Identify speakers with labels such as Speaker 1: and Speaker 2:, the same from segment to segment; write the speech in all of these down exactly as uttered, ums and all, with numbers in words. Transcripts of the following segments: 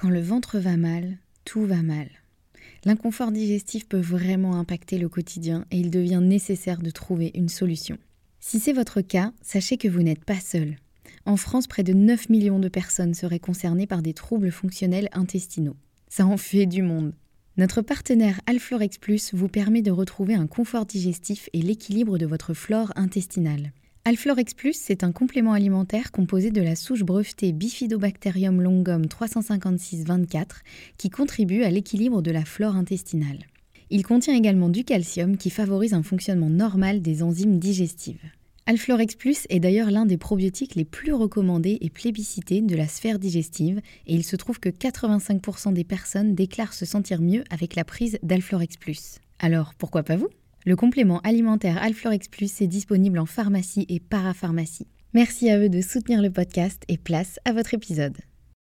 Speaker 1: Quand le ventre va mal, tout va mal. L'inconfort digestif peut vraiment impacter le quotidien et il devient nécessaire de trouver une solution. Si c'est votre cas, sachez que vous n'êtes pas seul. En France, près de neuf millions de personnes seraient concernées par des troubles fonctionnels intestinaux. Ça en fait du monde. Notre partenaire Alflorex Plus vous permet de retrouver un confort digestif et l'équilibre de votre flore intestinale. Alflorex Plus, c'est un complément alimentaire composé de la souche brevetée Bifidobacterium longum trois cent cinquante-six vingt-quatre qui contribue à l'équilibre de la flore intestinale. Il contient également du calcium qui favorise un fonctionnement normal des enzymes digestives. Alflorex Plus est d'ailleurs l'un des probiotiques les plus recommandés et plébiscités de la sphère digestive et il se trouve que quatre-vingt-cinq pour cent des personnes déclarent se sentir mieux avec la prise d'Alflorex Plus. Alors pourquoi pas vous ? Le complément alimentaire Alflorex Plus est disponible en pharmacie et parapharmacie. Merci à eux de soutenir le podcast et place à votre épisode.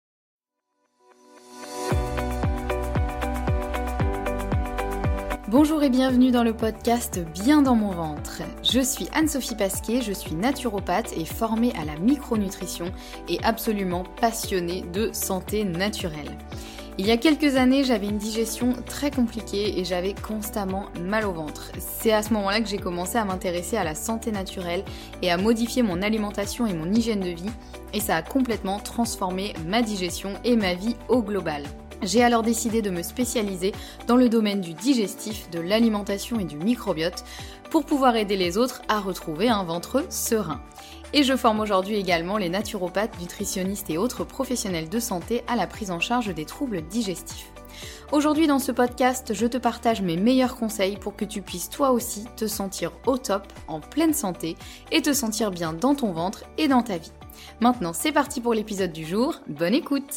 Speaker 1: Bonjour et bienvenue dans le podcast Bien dans mon ventre. Je suis Anne-Sophie Pasquet, je suis naturopathe et formée à la micronutrition et absolument passionnée de santé naturelle. Il y a quelques années, j'avais une digestion très compliquée et j'avais constamment mal au ventre. C'est à ce moment-là que j'ai commencé à m'intéresser à la santé naturelle et à modifier mon alimentation et mon hygiène de vie et ça a complètement transformé ma digestion et ma vie au global. J'ai alors décidé de me spécialiser dans le domaine du digestif, de l'alimentation et du microbiote pour pouvoir aider les autres à retrouver un ventre serein. Et je forme aujourd'hui également les naturopathes, nutritionnistes et autres professionnels de santé à la prise en charge des troubles digestifs. Aujourd'hui dans ce podcast, je te partage mes meilleurs conseils pour que tu puisses toi aussi te sentir au top, en pleine santé et te sentir bien dans ton ventre et dans ta vie. Maintenant c'est parti pour l'épisode du jour, bonne écoute!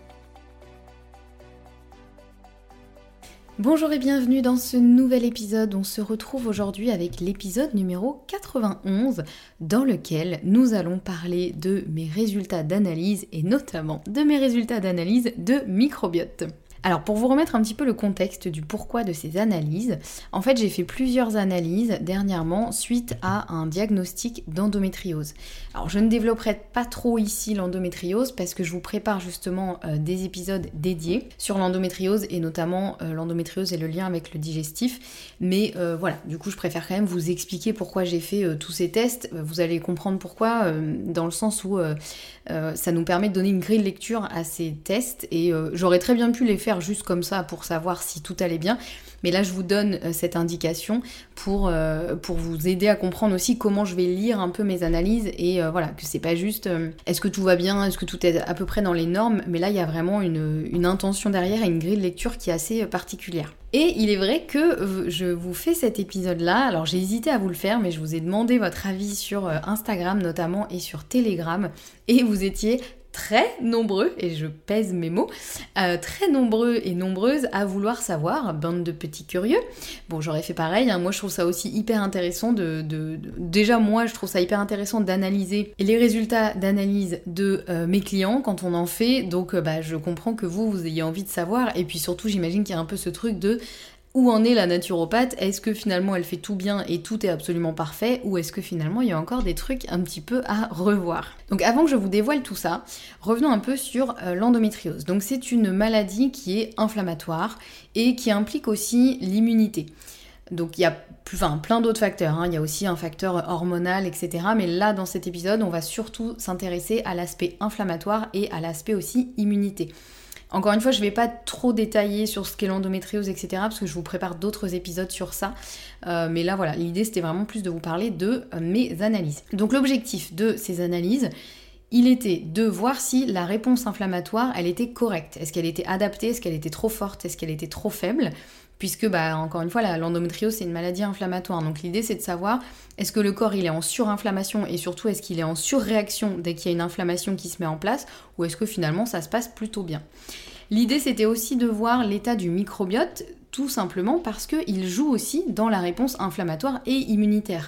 Speaker 1: Bonjour et bienvenue dans ce nouvel épisode. On se retrouve aujourd'hui avec l'épisode numéro quatre-vingt-onze dans lequel nous allons parler de mes résultats d'analyse et notamment de mes résultats d'analyse de microbiote. Alors pour vous remettre un petit peu le contexte du pourquoi de ces analyses, en fait j'ai fait plusieurs analyses dernièrement suite à un diagnostic d'endométriose. Alors je ne développerai pas trop ici l'endométriose parce que je vous prépare justement euh, des épisodes dédiés sur l'endométriose et notamment euh, l'endométriose et le lien avec le digestif. Mais euh, voilà, du coup je préfère quand même vous expliquer pourquoi j'ai fait euh, tous ces tests. Vous allez comprendre pourquoi euh, dans le sens où euh, euh, ça nous permet de donner une grille de lecture à ces tests et euh, j'aurais très bien pu les faire juste comme ça pour savoir si tout allait bien. Mais là, je vous donne euh, cette indication pour, euh, pour vous aider à comprendre aussi comment je vais lire un peu mes analyses et euh, voilà, que c'est pas juste euh, est-ce que tout va bien, est-ce que tout est à peu près dans les normes, mais là, il y a vraiment une, une intention derrière et une grille de lecture qui est assez euh, particulière. Et il est vrai que je vous fais cet épisode-là, alors j'ai hésité à vous le faire, mais je vous ai demandé votre avis sur Instagram notamment et sur Telegram, et vous étiez très nombreux, et je pèse mes mots, euh, très nombreux et nombreuses à vouloir savoir, bande de petits curieux. Bon, j'aurais fait pareil, hein. Moi je trouve ça aussi hyper intéressant de, de, de... Déjà moi je trouve ça hyper intéressant d'analyser les résultats d'analyse de euh, mes clients quand on en fait, donc euh, bah, je comprends que vous, vous ayez envie de savoir, et puis surtout j'imagine qu'il y a un peu ce truc de... Où en est la naturopathe ? Est-ce que finalement elle fait tout bien et tout est absolument parfait ? Ou est-ce que finalement il y a encore des trucs un petit peu à revoir ? Donc avant que je vous dévoile tout ça, revenons un peu sur euh, l'endométriose. Donc c'est une maladie qui est inflammatoire et qui implique aussi l'immunité. Donc il y a plus, enfin, plein d'autres facteurs, hein. Il y a aussi un facteur hormonal, et cetera. Mais là dans cet épisode, on va surtout s'intéresser à l'aspect inflammatoire et à l'aspect aussi immunité. Encore une fois, je ne vais pas trop détailler sur ce qu'est l'endométriose, et cetera, parce que je vous prépare d'autres épisodes sur ça. Euh, mais là, voilà, l'idée, c'était vraiment plus de vous parler de euh, mes analyses. Donc, l'objectif de ces analyses, il était de voir si la réponse inflammatoire, elle était correcte. Est-ce qu'elle était adaptée ? Est-ce qu'elle était trop forte ? Est-ce qu'elle était trop faible ? Puisque, bah, encore une fois, la, l'endométriose, c'est une maladie inflammatoire. Donc l'idée, c'est de savoir, est-ce que le corps, il est en surinflammation et surtout, est-ce qu'il est en surréaction dès qu'il y a une inflammation qui se met en place ou est-ce que finalement, ça se passe plutôt bien ? L'idée, c'était aussi de voir l'état du microbiote, tout simplement parce qu'il joue aussi dans la réponse inflammatoire et immunitaire.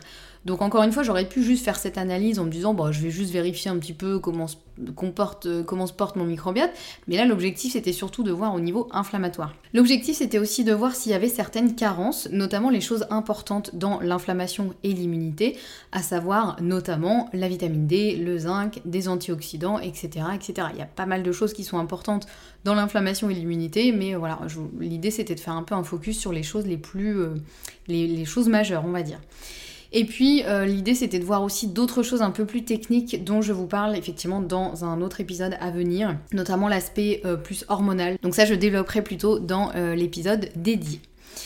Speaker 1: Donc encore une fois, j'aurais pu juste faire cette analyse en me disant bon, je vais juste vérifier un petit peu comment se comporte, comment se porte mon microbiote, mais là l'objectif c'était surtout de voir au niveau inflammatoire. L'objectif c'était aussi de voir s'il y avait certaines carences, notamment les choses importantes dans l'inflammation et l'immunité, à savoir notamment la vitamine D, le zinc, des antioxydants, et cetera, et cetera. Il y a pas mal de choses qui sont importantes dans l'inflammation et l'immunité, mais voilà, je, l'idée c'était de faire un peu un focus sur les choses les plus, euh, les, les choses majeures, on va dire. Et puis euh, l'idée c'était de voir aussi d'autres choses un peu plus techniques dont je vous parle effectivement dans un autre épisode à venir, notamment l'aspect euh, plus hormonal. Donc ça je développerai plutôt dans euh, l'épisode dédié.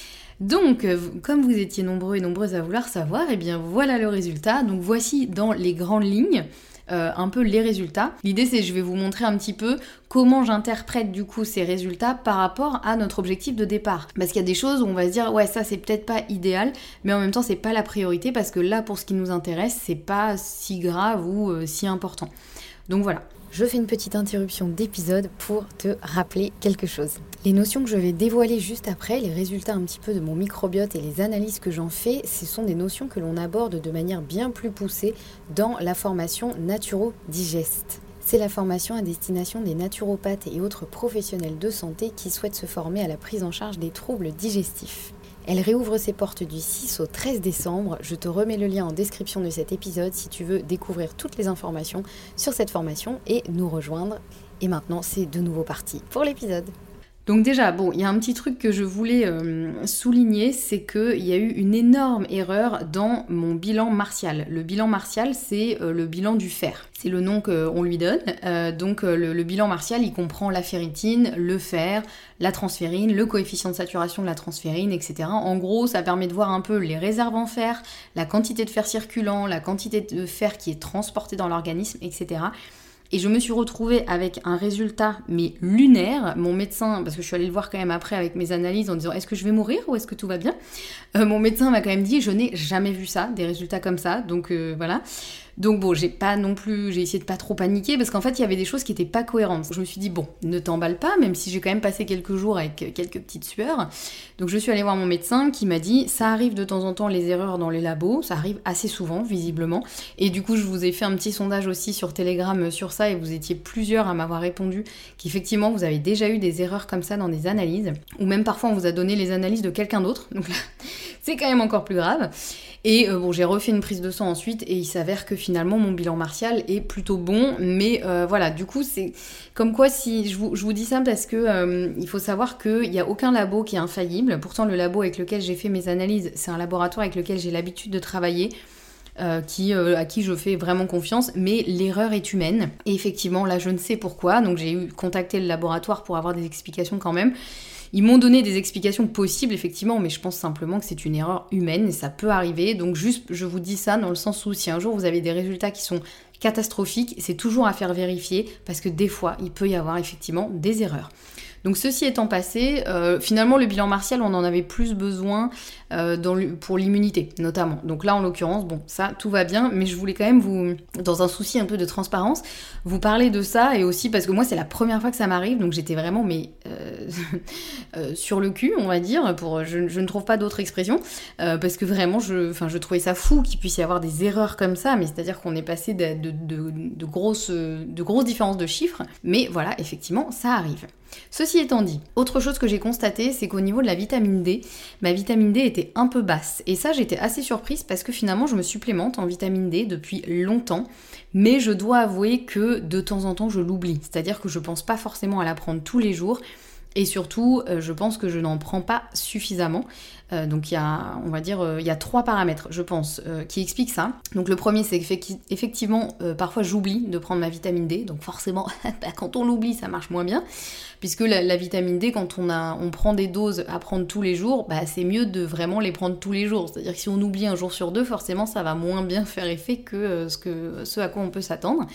Speaker 1: Donc, euh, comme vous étiez nombreux et nombreuses à vouloir savoir, et eh bien voilà le résultat. Donc voici dans les grandes lignes Euh, un peu les résultats. L'idée c'est que je vais vous montrer un petit peu comment j'interprète du coup ces résultats par rapport à notre objectif de départ. Parce qu'il y a des choses où on va se dire ouais ça c'est peut-être pas idéal, mais en même temps c'est pas la priorité parce que là pour ce qui nous intéresse c'est pas si grave ou euh, si important. Donc voilà. Je fais une petite interruption d'épisode pour te rappeler quelque chose. Les notions que je vais dévoiler juste après, les résultats un petit peu de mon microbiote et les analyses que j'en fais, ce sont des notions que l'on aborde de manière bien plus poussée dans la formation Naturo Digest. C'est la formation à destination des naturopathes et autres professionnels de santé qui souhaitent se former à la prise en charge des troubles digestifs. Elle réouvre ses portes du six au treize décembre. Je te remets le lien en description de cet épisode si tu veux découvrir toutes les informations sur cette formation et nous rejoindre. Et maintenant, c'est de nouveau parti pour l'épisode. Donc déjà, bon, il y a un petit truc que je voulais euh, souligner, c'est qu'il y a eu une énorme erreur dans mon bilan martial. Le bilan martial, c'est euh, le bilan du fer. C'est le nom qu'on lui donne. Euh, donc euh, le, le bilan martial, il comprend la ferritine, le fer, la transférine, le coefficient de saturation de la transférine, et cetera. En gros, ça permet de voir un peu les réserves en fer, la quantité de fer circulant, la quantité de fer qui est transportée dans l'organisme, et cetera. Et je me suis retrouvée avec un résultat, mais lunaire. Mon médecin, parce que je suis allée le voir quand même après avec mes analyses en disant est-ce que je vais mourir ou est-ce que tout va bien, euh, mon médecin m'a quand même dit je n'ai jamais vu ça, des résultats comme ça, donc euh, voilà. Donc bon, j'ai pas non plus, j'ai essayé de pas trop paniquer parce qu'en fait il y avait des choses qui étaient pas cohérentes. Je me suis dit bon, ne t'emballe pas, même si j'ai quand même passé quelques jours avec quelques petites sueurs. Donc je suis allée voir mon médecin qui m'a dit ça arrive de temps en temps les erreurs dans les labos, ça arrive assez souvent visiblement. Et du coup je vous ai fait un petit sondage aussi sur Telegram sur ça et vous étiez plusieurs à m'avoir répondu qu'effectivement vous avez déjà eu des erreurs comme ça dans des analyses, ou même parfois on vous a donné les analyses de quelqu'un d'autre. Donc là c'est quand même encore plus grave. Et euh, bon, j'ai refait une prise de sang ensuite et il s'avère que finalement mon bilan martial est plutôt bon, mais euh, voilà, du coup c'est comme quoi si je vous, je vous dis ça parce que euh, il faut savoir qu'il n'y a aucun labo qui est infaillible. Pourtant le labo avec lequel j'ai fait mes analyses, c'est un laboratoire avec lequel j'ai l'habitude de travailler. Euh, qui, euh, à qui je fais vraiment confiance, mais l'erreur est humaine. Et effectivement, là, je ne sais pourquoi, donc j'ai eu contacté le laboratoire pour avoir des explications quand même. Ils m'ont donné des explications possibles, effectivement, mais je pense simplement que c'est une erreur humaine et ça peut arriver. Donc juste, je vous dis ça dans le sens où si un jour vous avez des résultats qui sont catastrophiques, c'est toujours à faire vérifier parce que des fois, il peut y avoir effectivement des erreurs. Donc ceci étant passé, euh, finalement le bilan martial on en avait plus besoin euh, dans le, pour l'immunité notamment. Donc là en l'occurrence, bon ça tout va bien, mais je voulais quand même vous, dans un souci un peu de transparence, vous parler de ça et aussi parce que moi c'est la première fois que ça m'arrive, donc j'étais vraiment mais euh, euh, sur le cul on va dire, pour je, je ne trouve pas d'autre expression, euh, parce que vraiment je, enfin, je trouvais ça fou qu'il puisse y avoir des erreurs comme ça, mais c'est-à-dire qu'on est passé de, de, de, de, grosses, de grosses différences de chiffres, mais voilà effectivement ça arrive. Ceci étant dit, autre chose que j'ai constaté, c'est qu'au niveau de la vitamine D, ma vitamine D était un peu basse. Et ça, j'étais assez surprise parce que finalement, je me supplémente en vitamine D depuis longtemps. Mais je dois avouer que de temps en temps, je l'oublie. C'est-à-dire que je pense pas forcément à la prendre tous les jours. Et surtout, euh, je pense que je n'en prends pas suffisamment. Euh, donc il y a, on va dire, euh, il y a trois paramètres, je pense, euh, qui expliquent ça. Donc le premier, c'est qu'effectivement, euh, parfois j'oublie de prendre ma vitamine D. Donc forcément, bah, quand on l'oublie, ça marche moins bien. Puisque la, la vitamine D, quand on, a, on prend des doses à prendre tous les jours, bah, c'est mieux de vraiment les prendre tous les jours. C'est-à-dire que si on oublie un jour sur deux, forcément, ça va moins bien faire effet que, euh, ce, que ce à quoi on peut s'attendre.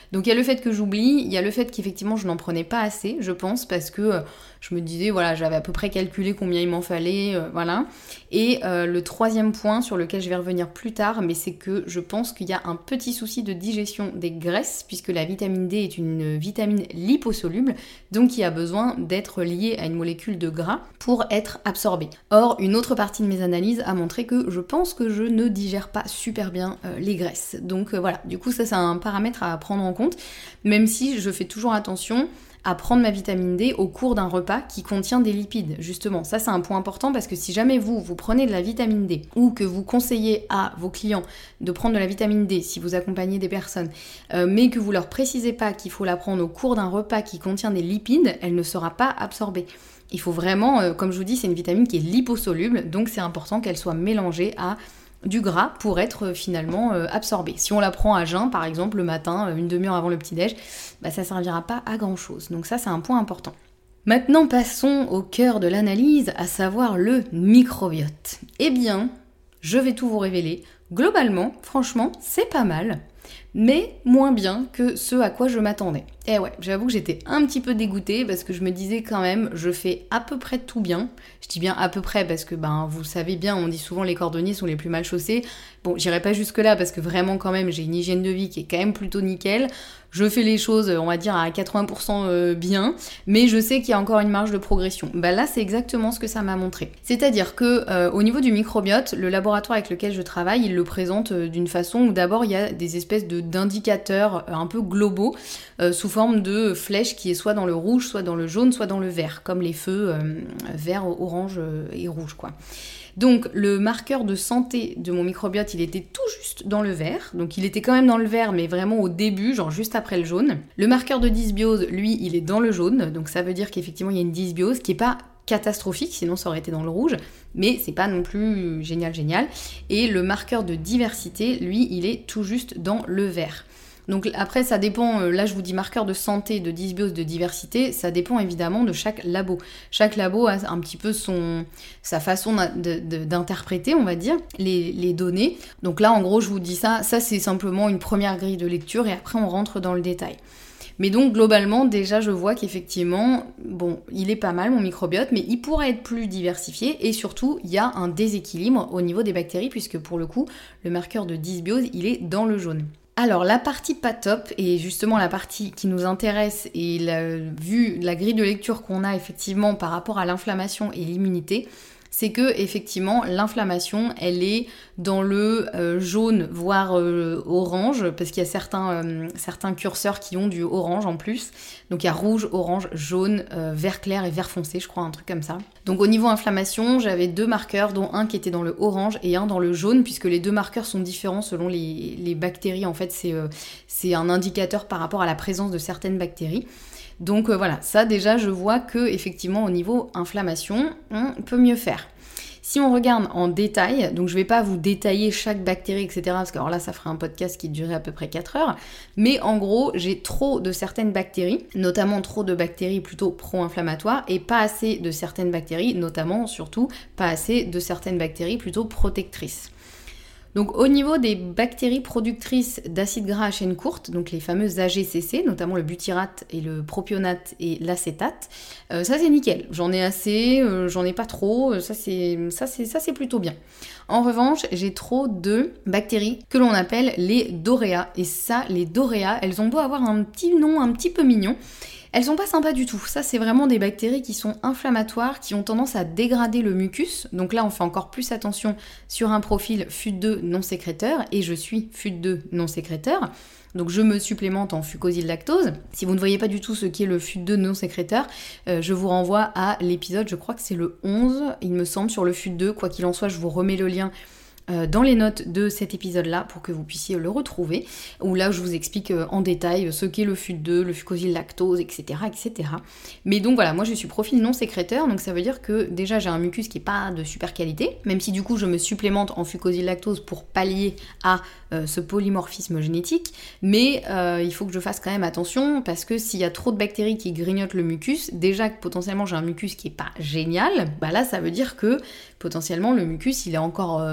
Speaker 1: Donc il y a le fait que j'oublie, il y a le fait qu'effectivement je n'en prenais pas assez, je pense, parce que euh, je me disais, voilà, j'avais à peu près calculé combien il m'en fallait, euh, voilà. Et euh, le troisième point sur lequel je vais revenir plus tard, mais c'est que je pense qu'il y a un petit souci de digestion des graisses, puisque la vitamine D est une vitamine liposoluble, donc qui a besoin d'être liée à une molécule de gras pour être absorbée. Or, une autre partie de mes analyses a montré que je pense que je ne digère pas super bien euh, les graisses. Donc euh, voilà, du coup ça c'est un paramètre à prendre en compte, même si je fais toujours attention à prendre ma vitamine D au cours d'un repas qui contient des lipides, justement. Ça, c'est un point important parce que si jamais vous, vous prenez de la vitamine D ou que vous conseillez à vos clients de prendre de la vitamine D si vous accompagnez des personnes, euh, mais que vous leur précisez pas qu'il faut la prendre au cours d'un repas qui contient des lipides, elle ne sera pas absorbée. Il faut vraiment, euh, comme je vous dis, c'est une vitamine qui est liposoluble, donc c'est important qu'elle soit mélangée à du gras pour être finalement euh, absorbée. Si on la prend à jeun, par exemple, le matin, une demi-heure avant le petit-déj, bah, ça ne servira pas à grand-chose. Donc ça, c'est un point important. Maintenant, passons au cœur de l'analyse, à savoir le microbiote. Eh bien, je vais tout vous révéler. Globalement, franchement, c'est pas mal, mais moins bien que ce à quoi je m'attendais. Et ouais, j'avoue que j'étais un petit peu dégoûtée parce que je me disais quand même, je fais à peu près tout bien. Je dis bien à peu près parce que, ben, vous le savez bien, on dit souvent les cordonniers sont les plus mal chaussés. Bon, j'irai pas jusque là parce que vraiment quand même, j'ai une hygiène de vie qui est quand même plutôt nickel. Je fais les choses, on va dire, à quatre-vingts pour cent bien, mais je sais qu'il y a encore une marge de progression. Bah là, c'est exactement ce que ça m'a montré. C'est-à-dire que euh, au niveau du microbiote, le laboratoire avec lequel je travaille, il le présente euh, d'une façon où d'abord il y a des espèces de, d'indicateurs euh, un peu globaux, euh, sous forme de flèches qui est soit dans le rouge, soit dans le jaune, soit dans le vert, comme les feux euh, vert, orange et rouge, quoi. Donc le marqueur de santé de mon microbiote, il était tout juste dans le vert. Donc il était quand même dans le vert, mais vraiment au début, genre juste après le jaune. Le marqueur de dysbiose, lui, il est dans le jaune. Donc ça veut dire qu'effectivement, il y a une dysbiose qui est pas catastrophique, sinon ça aurait été dans le rouge. Mais c'est pas non plus génial, génial. Et le marqueur de diversité, lui, il est tout juste dans le vert. Donc après, ça dépend, là je vous dis marqueur de santé, de dysbiose, de diversité, ça dépend évidemment de chaque labo. Chaque labo a un petit peu son, sa façon de, de, d'interpréter, on va dire, les, les données. Donc là, en gros, je vous dis ça, ça c'est simplement une première grille de lecture et après on rentre dans le détail. Mais donc globalement, déjà je vois qu'effectivement, bon, il est pas mal mon microbiote, mais il pourrait être plus diversifié et surtout, il y a un déséquilibre au niveau des bactéries puisque pour le coup, le marqueur de dysbiose, il est dans le jaune. Alors la partie pas top, et justement la partie qui nous intéresse, et la, vu la grille de lecture qu'on a effectivement par rapport à l'inflammation et l'immunité, c'est que effectivement l'inflammation elle est dans le euh, jaune voire euh, orange parce qu'il y a certains, euh, certains curseurs qui ont du orange en plus, donc il y a rouge, orange, jaune, euh, vert clair et vert foncé, je crois, un truc comme ça. Donc au niveau inflammation, j'avais deux marqueurs dont un qui était dans le orange et un dans le jaune puisque les deux marqueurs sont différents selon les, les bactéries. En fait c'est, euh, c'est un indicateur par rapport à la présence de certaines bactéries. Donc euh, voilà, ça déjà je vois que effectivement au niveau inflammation, on peut mieux faire. Si on regarde en détail, donc je vais pas vous détailler chaque bactérie, et cetera, parce que alors là ça ferait un podcast qui durerait à peu près quatre heures, mais en gros j'ai trop de certaines bactéries, notamment trop de bactéries plutôt pro-inflammatoires, et pas assez de certaines bactéries, notamment surtout pas assez de certaines bactéries plutôt protectrices. Donc au niveau des bactéries productrices d'acides gras à chaîne courte, donc les fameuses A G C C, notamment le butyrate et le propionate et l'acétate, euh, ça c'est nickel. J'en ai assez, euh, j'en ai pas trop, ça c'est, ça, c'est, ça c'est plutôt bien. En revanche, j'ai trop de bactéries que l'on appelle les doréas. Et ça, les doréas, elles ont beau avoir un petit nom un petit peu mignon, elles sont pas sympas du tout. Ça, c'est vraiment des bactéries qui sont inflammatoires, qui ont tendance à dégrader le mucus. Donc là, on fait encore plus attention sur un profil F U D deux non sécréteur, et je suis F U D deux non sécréteur. Donc je me supplémente en fucosyl-lactose. Si vous ne voyez pas du tout ce qu'est le F U D deux non sécréteur, euh, je vous renvoie à l'épisode, je crois que c'est le onze, il me semble, sur le F U D deux. Quoi qu'il en soit, je vous remets le lien dans les notes de cet épisode-là pour que vous puissiez le retrouver, où là je vous explique en détail ce qu'est le F U D deux, le fucosyl-lactose, et cetera, et cetera. Mais donc voilà, moi je suis profil non sécréteur, donc ça veut dire que déjà j'ai un mucus qui est pas de super qualité, même si du coup je me supplémente en fucosyl-lactose pour pallier à euh, ce polymorphisme génétique, mais euh, il faut que je fasse quand même attention, parce que s'il y a trop de bactéries qui grignotent le mucus, déjà que potentiellement j'ai un mucus qui est pas génial, bah là ça veut dire que potentiellement le mucus il est encore euh, en pire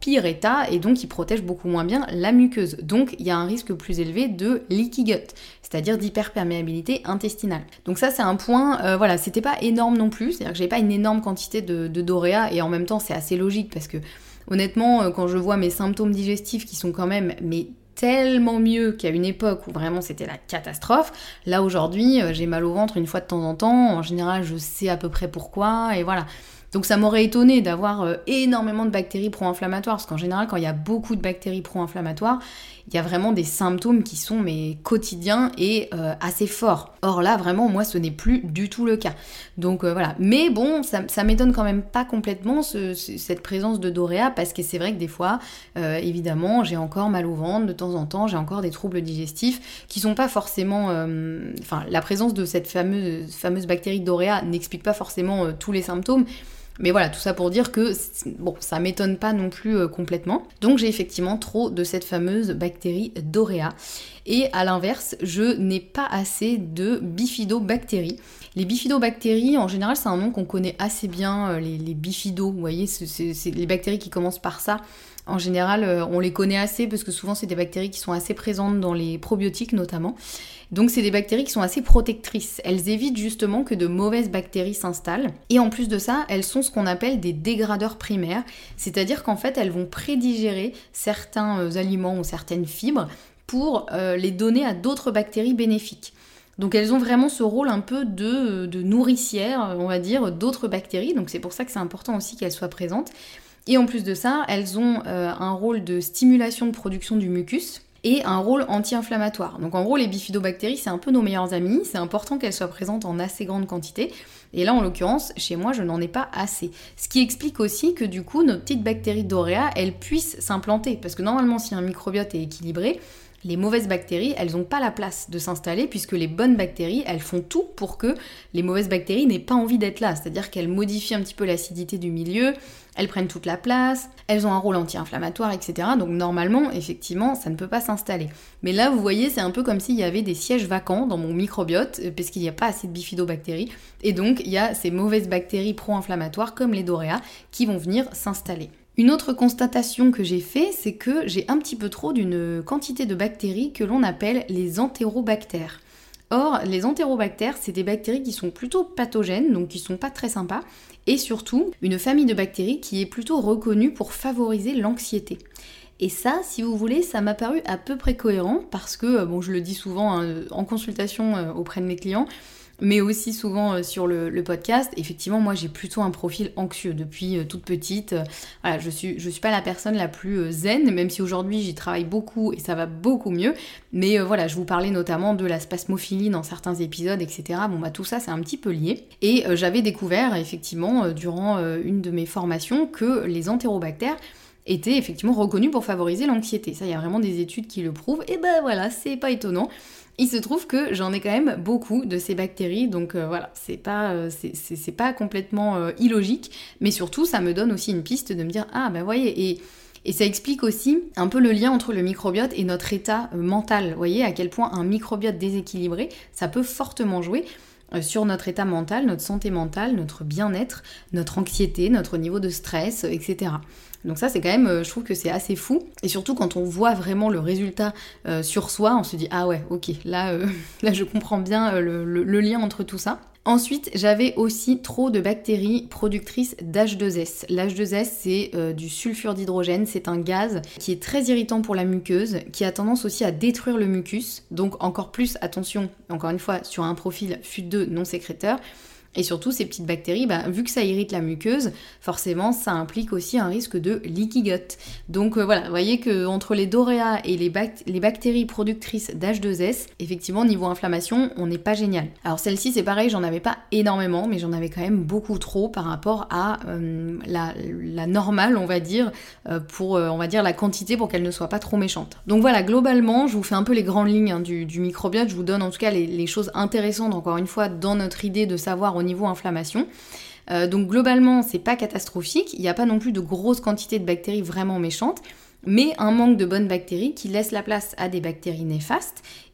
Speaker 1: pire état et donc qui protège beaucoup moins bien la muqueuse. Donc il y a un risque plus élevé de leaky gut, c'est-à-dire d'hyperperméabilité intestinale. Donc ça c'est un point, euh, voilà, c'était pas énorme non plus, c'est-à-dire que j'avais pas une énorme quantité de, de doréa et en même temps c'est assez logique parce que honnêtement quand je vois mes symptômes digestifs qui sont quand même mais tellement mieux qu'à une époque où vraiment c'était la catastrophe, là aujourd'hui j'ai mal au ventre une fois de temps en temps, en général je sais à peu près pourquoi et voilà. Donc ça m'aurait étonné d'avoir euh, énormément de bactéries pro-inflammatoires, parce qu'en général, quand il y a beaucoup de bactéries pro-inflammatoires, il y a vraiment des symptômes qui sont mais quotidiens et euh, assez forts. Or là, vraiment, moi, ce n'est plus du tout le cas. Donc euh, voilà. Mais bon, ça, ça m'étonne quand même pas complètement ce, ce, cette présence de doréa, parce que c'est vrai que des fois, euh, évidemment, j'ai encore mal au ventre de temps en temps, j'ai encore des troubles digestifs qui sont pas forcément... Euh, enfin, la présence de cette fameuse, fameuse bactérie doréa n'explique pas forcément euh, tous les symptômes. Mais voilà, tout ça pour dire que, bon, ça m'étonne pas non plus euh, complètement. Donc j'ai effectivement trop de cette fameuse bactérie doréa. Et à l'inverse, je n'ai pas assez de bifidobactéries. Les bifidobactéries, en général, c'est un nom qu'on connaît assez bien, euh, les, les bifidos, vous voyez, c'est, c'est, c'est les bactéries qui commencent par ça. En général, euh, on les connaît assez parce que souvent, c'est des bactéries qui sont assez présentes dans les probiotiques notamment. Donc c'est des bactéries qui sont assez protectrices. Elles évitent justement que de mauvaises bactéries s'installent. Et en plus de ça, elles sont ce qu'on appelle des dégradeurs primaires. C'est-à-dire qu'en fait, elles vont prédigérer certains aliments ou certaines fibres pour euh, les donner à d'autres bactéries bénéfiques. Donc elles ont vraiment ce rôle un peu de, de nourricière, on va dire, d'autres bactéries. Donc c'est pour ça que c'est important aussi qu'elles soient présentes. Et en plus de ça, elles ont euh, un rôle de stimulation de production du mucus et un rôle anti-inflammatoire. Donc en gros, les bifidobactéries, c'est un peu nos meilleures amies, c'est important qu'elles soient présentes en assez grande quantité, et là en l'occurrence, chez moi, je n'en ai pas assez. Ce qui explique aussi que du coup, nos petites bactéries doréa, elles puissent s'implanter, parce que normalement, si un microbiote est équilibré, les mauvaises bactéries, elles n'ont pas la place de s'installer puisque les bonnes bactéries, elles font tout pour que les mauvaises bactéries n'aient pas envie d'être là. C'est-à-dire qu'elles modifient un petit peu l'acidité du milieu, elles prennent toute la place, elles ont un rôle anti-inflammatoire, et cetera. Donc normalement, effectivement, ça ne peut pas s'installer. Mais là, vous voyez, c'est un peu comme s'il y avait des sièges vacants dans mon microbiote parce qu'il n'y a pas assez de bifidobactéries. Et donc, il y a ces mauvaises bactéries pro-inflammatoires comme les doréa qui vont venir s'installer. Une autre constatation que j'ai fait, c'est que j'ai un petit peu trop d'une quantité de bactéries que l'on appelle les entérobactères. Or, les entérobactères, c'est des bactéries qui sont plutôt pathogènes, donc qui sont pas très sympas, et surtout une famille de bactéries qui est plutôt reconnue pour favoriser l'anxiété. Et ça, si vous voulez, ça m'a paru à peu près cohérent, parce que, bon, je le dis souvent hein, en consultation euh, auprès de mes clients, mais aussi souvent euh, sur le, le podcast, effectivement, moi j'ai plutôt un profil anxieux depuis euh, toute petite. Euh, voilà, je suis, je suis pas la personne la plus euh, zen, même si aujourd'hui j'y travaille beaucoup et ça va beaucoup mieux. Mais euh, voilà, je vous parlais notamment de la spasmophilie dans certains épisodes, et cetera. Bon bah tout ça c'est un petit peu lié. Et euh, j'avais découvert effectivement euh, durant euh, une de mes formations que les entérobactères étaient effectivement reconnus pour favoriser l'anxiété. Ça, il y a vraiment des études qui le prouvent. Et ben voilà, c'est pas étonnant. Il se trouve que j'en ai quand même beaucoup de ces bactéries, donc euh, voilà, c'est pas, euh, c'est, c'est, c'est pas complètement euh, illogique, mais surtout ça me donne aussi une piste de me dire ah ben voyez, et, et ça explique aussi un peu le lien entre le microbiote et notre état euh, mental. Vous voyez à quel point un microbiote déséquilibré, ça peut fortement jouer euh, sur notre état mental, notre santé mentale, notre bien-être, notre anxiété, notre niveau de stress, et cetera. Donc ça c'est quand même, je trouve que c'est assez fou, et surtout quand on voit vraiment le résultat euh, sur soi, on se dit ah ouais ok, là, euh, là je comprends bien euh, le, le, le lien entre tout ça. Ensuite, j'avais aussi trop de bactéries productrices d'H deux S. L'H deux S, c'est euh, du sulfure d'hydrogène, c'est un gaz qui est très irritant pour la muqueuse, qui a tendance aussi à détruire le mucus, donc encore plus, attention, encore une fois, sur un profil F U T deux non sécréteur. Et surtout, ces petites bactéries, bah, vu que ça irrite la muqueuse, forcément, ça implique aussi un risque de leaky gut. Donc euh, voilà, vous voyez qu'entre les doréa et les, bact- les bactéries productrices d'H deux S, effectivement, niveau inflammation, on n'est pas génial. Alors celle-ci, c'est pareil, j'en avais pas énormément, mais j'en avais quand même beaucoup trop par rapport à euh, la, la normale, on va dire, euh, pour euh, on va dire la quantité pour qu'elle ne soit pas trop méchante. Donc voilà, globalement, je vous fais un peu les grandes lignes hein, du, du microbiote, je vous donne en tout cas les, les choses intéressantes, encore une fois, dans notre idée de savoir au niveau inflammation. Euh, donc globalement, c'est pas catastrophique, il n'y a pas non plus de grosses quantités de bactéries vraiment méchantes, mais un manque de bonnes bactéries qui laisse la place à des bactéries néfastes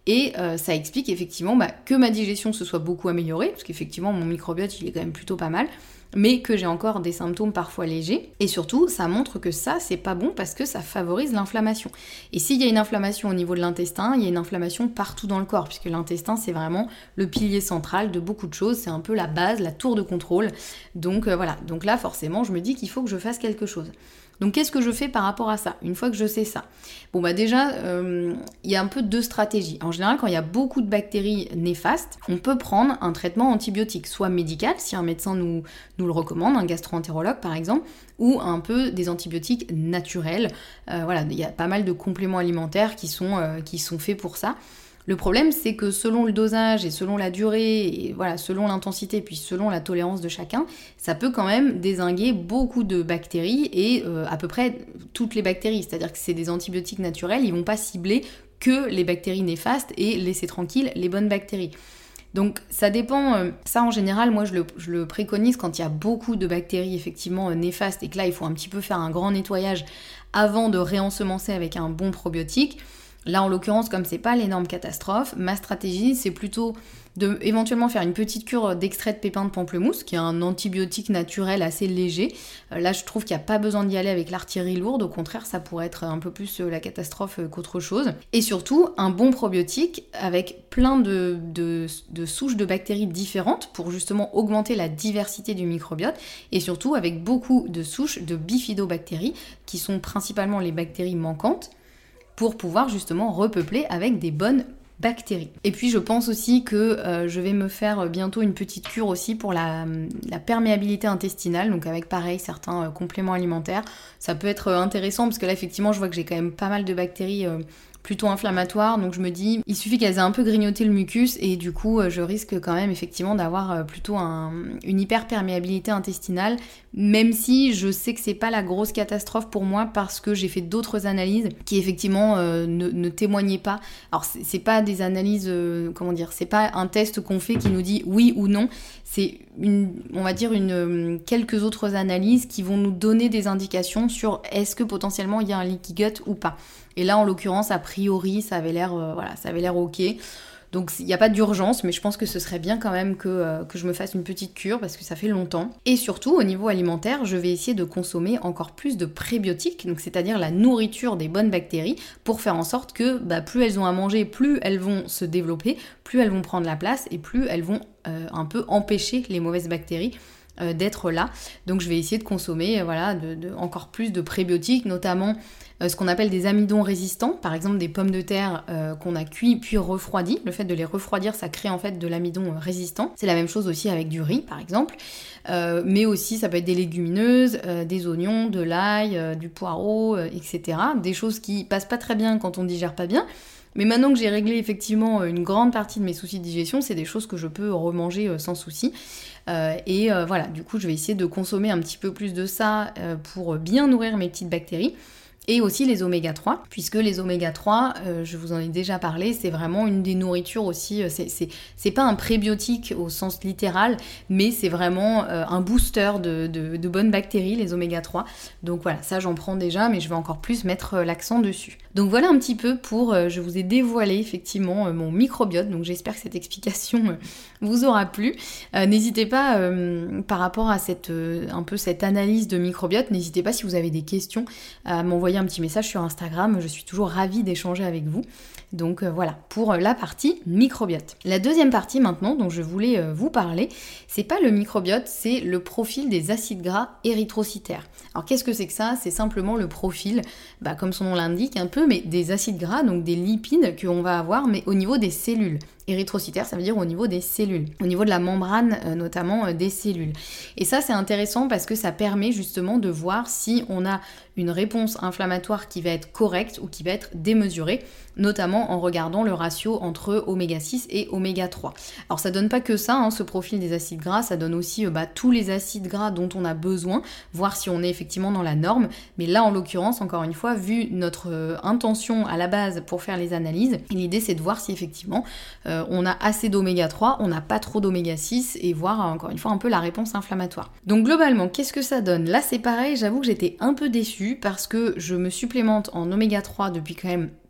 Speaker 1: Et euh, ça explique effectivement bah, que ma digestion se soit beaucoup améliorée, parce qu'effectivement mon microbiote il est quand même plutôt pas mal, mais que j'ai encore des symptômes parfois légers. Et surtout, ça montre que ça, c'est pas bon parce que ça favorise l'inflammation. Et s'il y a une inflammation au niveau de l'intestin, il y a une inflammation partout dans le corps, puisque l'intestin, c'est vraiment le pilier central de beaucoup de choses, c'est un peu la base, la tour de contrôle. Donc euh, voilà, donc là, forcément, je me dis qu'il faut que je fasse quelque chose. Donc qu'est-ce que je fais par rapport à ça, une fois que je sais ça? Bon bah déjà, euh, il y a un peu deux stratégies. En général, quand il y a beaucoup de bactéries néfastes, on peut prendre un traitement antibiotique, soit médical, si un médecin nous, nous le recommande, un gastro-entérologue par exemple, ou un peu des antibiotiques naturels. Euh, voilà, il y a pas mal de compléments alimentaires qui sont, euh, qui sont faits pour ça. Le problème, c'est que selon le dosage et selon la durée, et voilà, selon l'intensité, puis selon la tolérance de chacun, ça peut quand même dézinguer beaucoup de bactéries et euh, à peu près toutes les bactéries. C'est-à-dire que c'est des antibiotiques naturels, ils vont pas cibler que les bactéries néfastes et laisser tranquilles les bonnes bactéries. Donc ça dépend, euh, ça en général, moi je le, je le préconise quand il y a beaucoup de bactéries effectivement euh, néfastes et que là il faut un petit peu faire un grand nettoyage avant de réensemencer avec un bon probiotique. Là, en l'occurrence, comme c'est pas l'énorme catastrophe, ma stratégie, c'est plutôt de éventuellement faire une petite cure d'extrait de pépins de pamplemousse, qui est un antibiotique naturel assez léger. Euh, là, je trouve qu'il n'y a pas besoin d'y aller avec l'artillerie lourde. Au contraire, ça pourrait être un peu plus la catastrophe qu'autre chose. Et surtout, un bon probiotique avec plein de, de, de souches de bactéries différentes pour justement augmenter la diversité du microbiote. Et surtout, avec beaucoup de souches de bifidobactéries, qui sont principalement les bactéries manquantes, pour pouvoir justement repeupler avec des bonnes bactéries. Et puis je pense aussi que euh, je vais me faire bientôt une petite cure aussi pour la, la perméabilité intestinale, donc avec pareil certains euh, compléments alimentaires. Ça peut être intéressant parce que là effectivement je vois que j'ai quand même pas mal de bactéries euh, plutôt inflammatoires, donc je me dis il suffit qu'elles aient un peu grignoté le mucus et du coup je risque quand même effectivement d'avoir plutôt un, une hyperperméabilité intestinale, même si je sais que c'est pas la grosse catastrophe pour moi parce que j'ai fait d'autres analyses qui effectivement euh, ne, ne témoignaient pas. Alors c'est, c'est pas des analyses, euh, comment dire, c'est pas un test qu'on fait qui nous dit oui ou non, c'est une, on va dire une, quelques autres analyses qui vont nous donner des indications sur est-ce que potentiellement il y a un leaky gut ou pas. Et là, en l'occurrence, a priori, ça avait l'air, euh, voilà, ça avait l'air ok. Donc, il n'y a pas d'urgence, mais je pense que ce serait bien quand même que, euh, que je me fasse une petite cure parce que ça fait longtemps. Et surtout, au niveau alimentaire, je vais essayer de consommer encore plus de prébiotiques, donc c'est-à-dire la nourriture des bonnes bactéries, pour faire en sorte que bah, plus elles ont à manger, plus elles vont se développer, plus elles vont prendre la place et plus elles vont euh, un peu empêcher les mauvaises bactéries euh, d'être là. Donc, je vais essayer de consommer euh, voilà, de, de, encore plus de prébiotiques, notamment Euh, ce qu'on appelle des amidons résistants, par exemple des pommes de terre euh, qu'on a cuit puis refroidi. Le fait de les refroidir, ça crée en fait de l'amidon résistant. C'est la même chose aussi avec du riz, par exemple. Euh, mais aussi, ça peut être des légumineuses, euh, des oignons, de l'ail, euh, du poireau, euh, et cetera. Des choses qui passent pas très bien quand on digère pas bien. Mais maintenant que j'ai réglé effectivement une grande partie de mes soucis de digestion, c'est des choses que je peux remanger euh, sans souci. Euh, et euh, voilà, du coup, je vais essayer de consommer un petit peu plus de ça euh, pour bien nourrir mes petites bactéries. Et aussi les oméga trois, puisque les oméga trois, euh, je vous en ai déjà parlé, c'est vraiment une des nourritures aussi, c'est, c'est, c'est pas un prébiotique au sens littéral, mais c'est vraiment euh, un booster de, de, de bonnes bactéries, les oméga trois. Donc voilà, ça j'en prends déjà, mais je vais encore plus mettre euh, l'accent dessus. Donc voilà un petit peu pour, euh, je vous ai dévoilé effectivement euh, mon microbiote, donc j'espère que cette explication euh, vous aura plu. Euh, n'hésitez pas, euh, par rapport à cette, euh, un peu cette analyse de microbiote, n'hésitez pas si vous avez des questions à m'envoyer un petit message sur Instagram, je suis toujours ravie d'échanger avec vous. Donc euh, voilà, pour la partie microbiote. La deuxième partie maintenant dont je voulais euh, vous parler, c'est pas le microbiote, c'est le profil des acides gras érythrocytaires. Alors qu'est-ce que c'est que ça? C'est simplement le profil, bah, comme son nom l'indique un peu, mais des acides gras, donc des lipides qu'on va avoir, mais au niveau des cellules. Érythrocytaire, ça veut dire au niveau des cellules, au niveau de la membrane euh, notamment euh, des cellules. Et ça c'est intéressant parce que ça permet justement de voir si on a une réponse inflammatoire qui va être correcte ou qui va être démesurée, notamment en regardant le ratio entre oméga six et oméga trois. Alors ça donne pas que ça, hein, ce profil des acides gras, ça donne aussi euh, bah, tous les acides gras dont on a besoin, voir si on est effectivement dans la norme, mais là en l'occurrence, encore une fois, vu notre euh, intention à la base pour faire les analyses, l'idée c'est de voir si effectivement euh, on a assez d'oméga trois, on n'a pas trop d'oméga six et voir encore une fois un peu la réponse inflammatoire. Donc globalement, qu'est-ce que ça donne? Là c'est pareil, j'avoue que j'étais un peu déçue parce que je me supplémente en oméga trois depuis quand même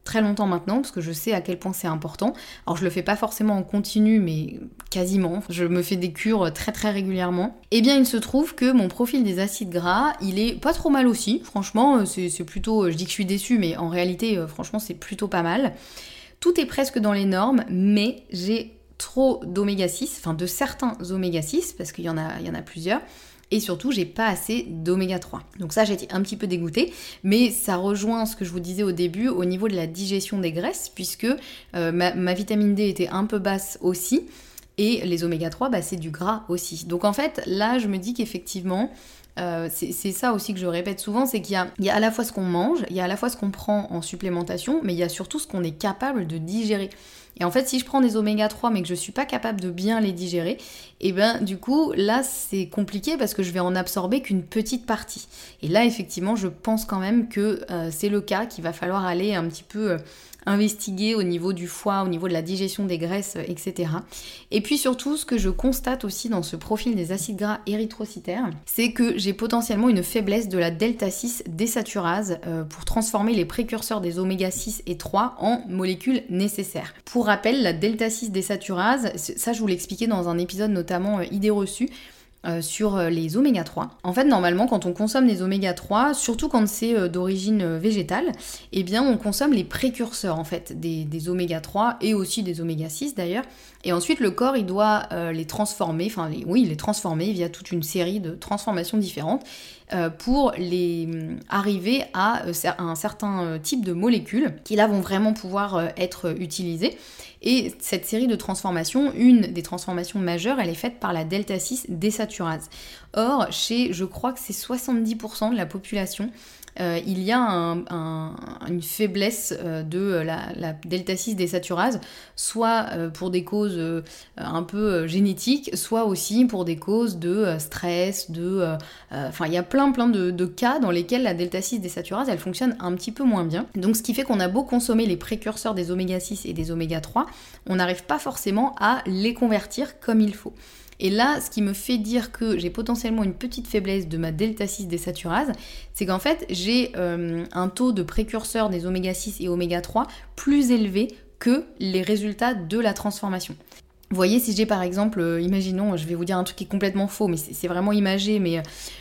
Speaker 1: très longtemps maintenant, parce que je sais à quel point c'est important. Alors je le fais pas forcément en continu, mais quasiment. Je me fais des cures très très régulièrement. Et bien il se trouve que mon profil des acides gras, il est pas trop mal aussi. Franchement, c'est, c'est plutôt... Je dis que je suis déçue, mais en réalité, franchement, c'est plutôt pas mal. Tout est presque dans les normes, mais j'ai trop d'oméga six, enfin de certains oméga six, parce qu'il y en a, il y en a plusieurs, et surtout j'ai pas assez d'oméga trois. Donc ça, j'ai été un petit peu dégoûtée, mais ça rejoint ce que je vous disais au début au niveau de la digestion des graisses, puisque euh, ma, ma vitamine D était un peu basse aussi, et les oméga trois, bah, c'est du gras aussi. Donc en fait, là, je me dis qu'effectivement... Euh, c'est, c'est ça aussi que je répète souvent, c'est qu'il y a, il y a à la fois ce qu'on mange, il y a à la fois ce qu'on prend en supplémentation, mais il y a surtout ce qu'on est capable de digérer. Et en fait, si je prends des oméga trois mais que je suis pas capable de bien les digérer, et ben du coup, là, c'est compliqué parce que je vais en absorber qu'une petite partie. Et là, effectivement, je pense quand même que euh, c'est le cas, qu'il va falloir aller un petit peu... Euh, investiguer au niveau du foie, au niveau de la digestion des graisses, et cetera. Et puis surtout, ce que je constate aussi dans ce profil des acides gras érythrocytaires, c'est que j'ai potentiellement une faiblesse de la delta six désaturase euh, pour transformer les précurseurs des oméga six et trois en molécules nécessaires. Pour rappel, la delta six désaturase, ça je vous l'expliquais dans un épisode notamment euh, idées reçues, Euh, sur les oméga trois. En fait, normalement, quand on consomme des oméga trois, surtout quand c'est euh, d'origine euh, végétale, eh bien, on consomme les précurseurs, en fait, des, des oméga trois et aussi des oméga six, d'ailleurs. Et ensuite, le corps, il doit euh, les transformer, enfin, les, oui, les transformer via toute une série de transformations différentes euh, pour les euh, arriver à, euh, à un certain euh, type de molécules qui, là, vont vraiment pouvoir euh, être utilisées. Et cette série de transformations, une des transformations majeures, elle est faite par la delta six désaturase. Or, chez, je crois que c'est soixante-dix pour cent de la population, euh, il y a un, un, une faiblesse euh, de la, la delta six désaturase, soit euh, pour des causes euh, un peu euh, génétiques, soit aussi pour des causes de euh, stress, de... Enfin, euh, il y a plein plein de, de cas dans lesquels la delta six désaturase, elle fonctionne un petit peu moins bien. Donc, ce qui fait qu'on a beau consommer les précurseurs des oméga six et des oméga trois, on n'arrive pas forcément à les convertir comme il faut. Et là, ce qui me fait dire que j'ai potentiellement une petite faiblesse de ma delta six désaturase, c'est qu'en fait, j'ai euh, un taux de précurseur des oméga six et oméga trois plus élevé que les résultats de la transformation. Vous voyez, si j'ai par exemple, euh, imaginons, je vais vous dire un truc qui est complètement faux, mais c'est, c'est vraiment imagé, mais... Euh,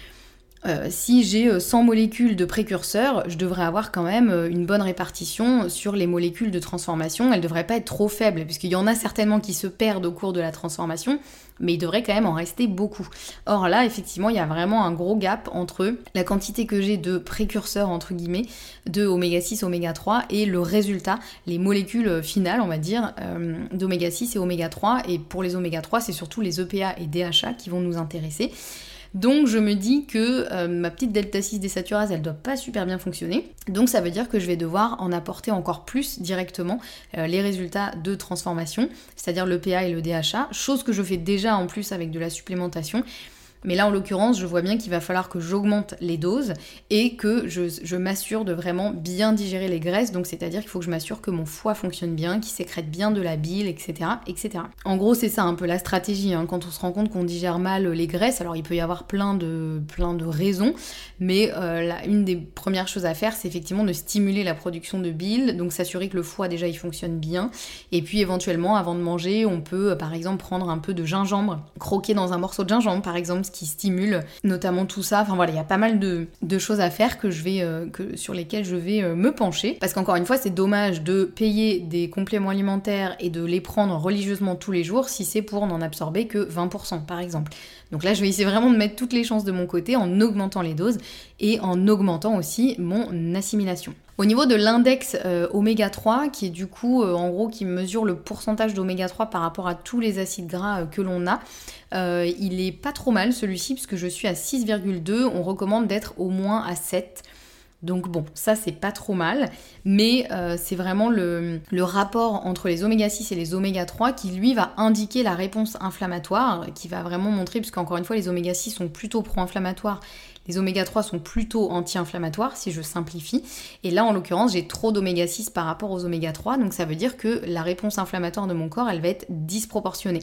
Speaker 1: Euh, si j'ai cent molécules de précurseurs, je devrais avoir quand même une bonne répartition sur les molécules de transformation. Elles ne devraient pas être trop faibles, puisqu'il y en a certainement qui se perdent au cours de la transformation, mais il devrait quand même en rester beaucoup. Or là, effectivement, il y a vraiment un gros gap entre la quantité que j'ai de précurseurs, entre guillemets, de oméga six, oméga trois, et le résultat, les molécules finales, on va dire, euh, d'oméga six et oméga trois. Et pour les oméga trois, c'est surtout les E P A et D H A qui vont nous intéresser. Donc je me dis que euh, ma petite delta six désaturase, elle doit pas super bien fonctionner. Donc ça veut dire que je vais devoir en apporter encore plus directement euh, les résultats de transformation, c'est-à-dire l'E P A et le D H A, chose que je fais déjà en plus avec de la supplémentation. Mais là, en l'occurrence, je vois bien qu'il va falloir que j'augmente les doses et que je, je m'assure de vraiment bien digérer les graisses. Donc, c'est-à-dire qu'il faut que je m'assure que mon foie fonctionne bien, qu'il sécrète bien de la bile, et cetera, et cetera. En gros, c'est ça un peu la stratégie. Hein, quand on se rend compte qu'on digère mal les graisses, alors il peut y avoir plein de, plein de raisons, mais euh, là, une des premières choses à faire, c'est effectivement de stimuler la production de bile, donc s'assurer que le foie, déjà, il fonctionne bien. Et puis, éventuellement, avant de manger, on peut, par exemple, prendre un peu de gingembre, croquer dans un morceau de gingembre, par exemple, qui stimule notamment tout ça. Enfin voilà, il y a pas mal de, de choses à faire que je vais, euh, que, sur lesquelles je vais euh, me pencher. Parce qu'encore une fois, c'est dommage de payer des compléments alimentaires et de les prendre religieusement tous les jours si c'est pour n'en absorber que vingt pour cent par exemple. Donc là, je vais essayer vraiment de mettre toutes les chances de mon côté en augmentant les doses et en augmentant aussi mon assimilation. Au niveau de l'index euh, oméga trois, qui est du coup, euh, en gros, qui mesure le pourcentage d'oméga trois par rapport à tous les acides gras euh, que l'on a, euh, il est pas trop mal celui-ci, puisque je suis à six virgule deux, on recommande d'être au moins à sept. Donc bon, ça c'est pas trop mal, mais euh, c'est vraiment le, le rapport entre les oméga six et les oméga trois qui lui va indiquer la réponse inflammatoire, qui va vraiment montrer, puisqu'encore une fois les oméga six sont plutôt pro-inflammatoires, les oméga trois sont plutôt anti-inflammatoires, si je simplifie, et là en l'occurrence j'ai trop d'oméga six par rapport aux oméga trois, donc ça veut dire que la réponse inflammatoire de mon corps elle va être disproportionnée.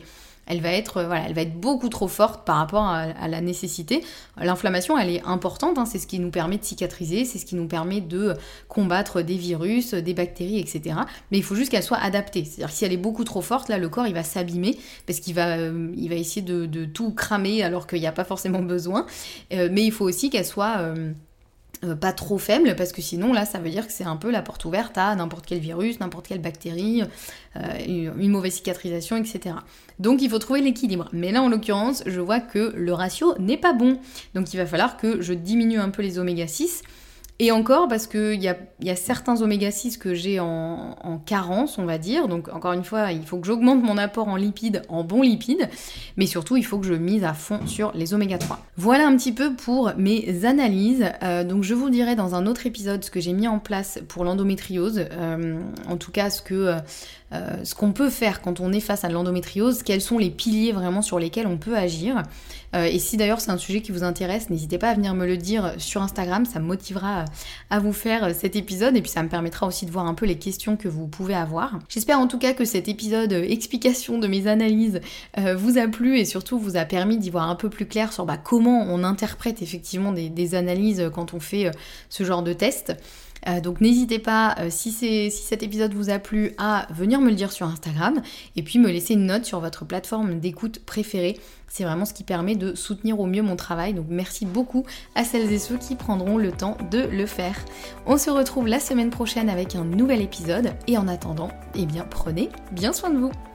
Speaker 1: elle va être, voilà, elle va être beaucoup trop forte par rapport à, à la nécessité. L'inflammation, elle est importante, hein, c'est ce qui nous permet de cicatriser, c'est ce qui nous permet de combattre des virus, des bactéries, et cetera. Mais il faut juste qu'elle soit adaptée. C'est-à-dire que si elle est beaucoup trop forte, là, le corps, il va s'abîmer parce qu'il va, euh, il va essayer de, de tout cramer alors qu'il n'y a pas forcément besoin. Euh, mais il faut aussi qu'elle soit... Euh, Euh, pas trop faible, parce que sinon là ça veut dire que c'est un peu la porte ouverte à n'importe quel virus, n'importe quelle bactérie, euh, une mauvaise cicatrisation, et cetera. Donc il faut trouver l'équilibre. Mais là en l'occurrence, je vois que le ratio n'est pas bon. Donc il va falloir que je diminue un peu les oméga six. Et encore parce qu'il y a, y a certains oméga six que j'ai en, en carence, on va dire. Donc encore une fois, il faut que j'augmente mon apport en lipides, en bons lipides. Mais surtout, il faut que je mise à fond sur les oméga trois. Voilà un petit peu pour mes analyses. Euh, donc je vous dirai dans un autre épisode ce que j'ai mis en place pour l'endométriose. Euh, en tout cas, ce que... Euh, ce qu'on peut faire quand on est face à l'endométriose, quels sont les piliers vraiment sur lesquels on peut agir. Euh, et si d'ailleurs c'est un sujet qui vous intéresse, n'hésitez pas à venir me le dire sur Instagram, ça me motivera à vous faire cet épisode et puis ça me permettra aussi de voir un peu les questions que vous pouvez avoir. J'espère en tout cas que cet épisode euh, explication de mes analyses euh, vous a plu et surtout vous a permis d'y voir un peu plus clair sur bah, comment on interprète effectivement des, des analyses quand on fait euh, ce genre de test. Euh, donc n'hésitez pas, euh, si, c'est, si cet épisode vous a plu, à venir me le dire sur Instagram et puis me laisser une note sur votre plateforme d'écoute préférée. C'est vraiment ce qui permet de soutenir au mieux mon travail. Donc merci beaucoup à celles et ceux qui prendront le temps de le faire. On se retrouve la semaine prochaine avec un nouvel épisode et en attendant, eh bien prenez bien soin de vous.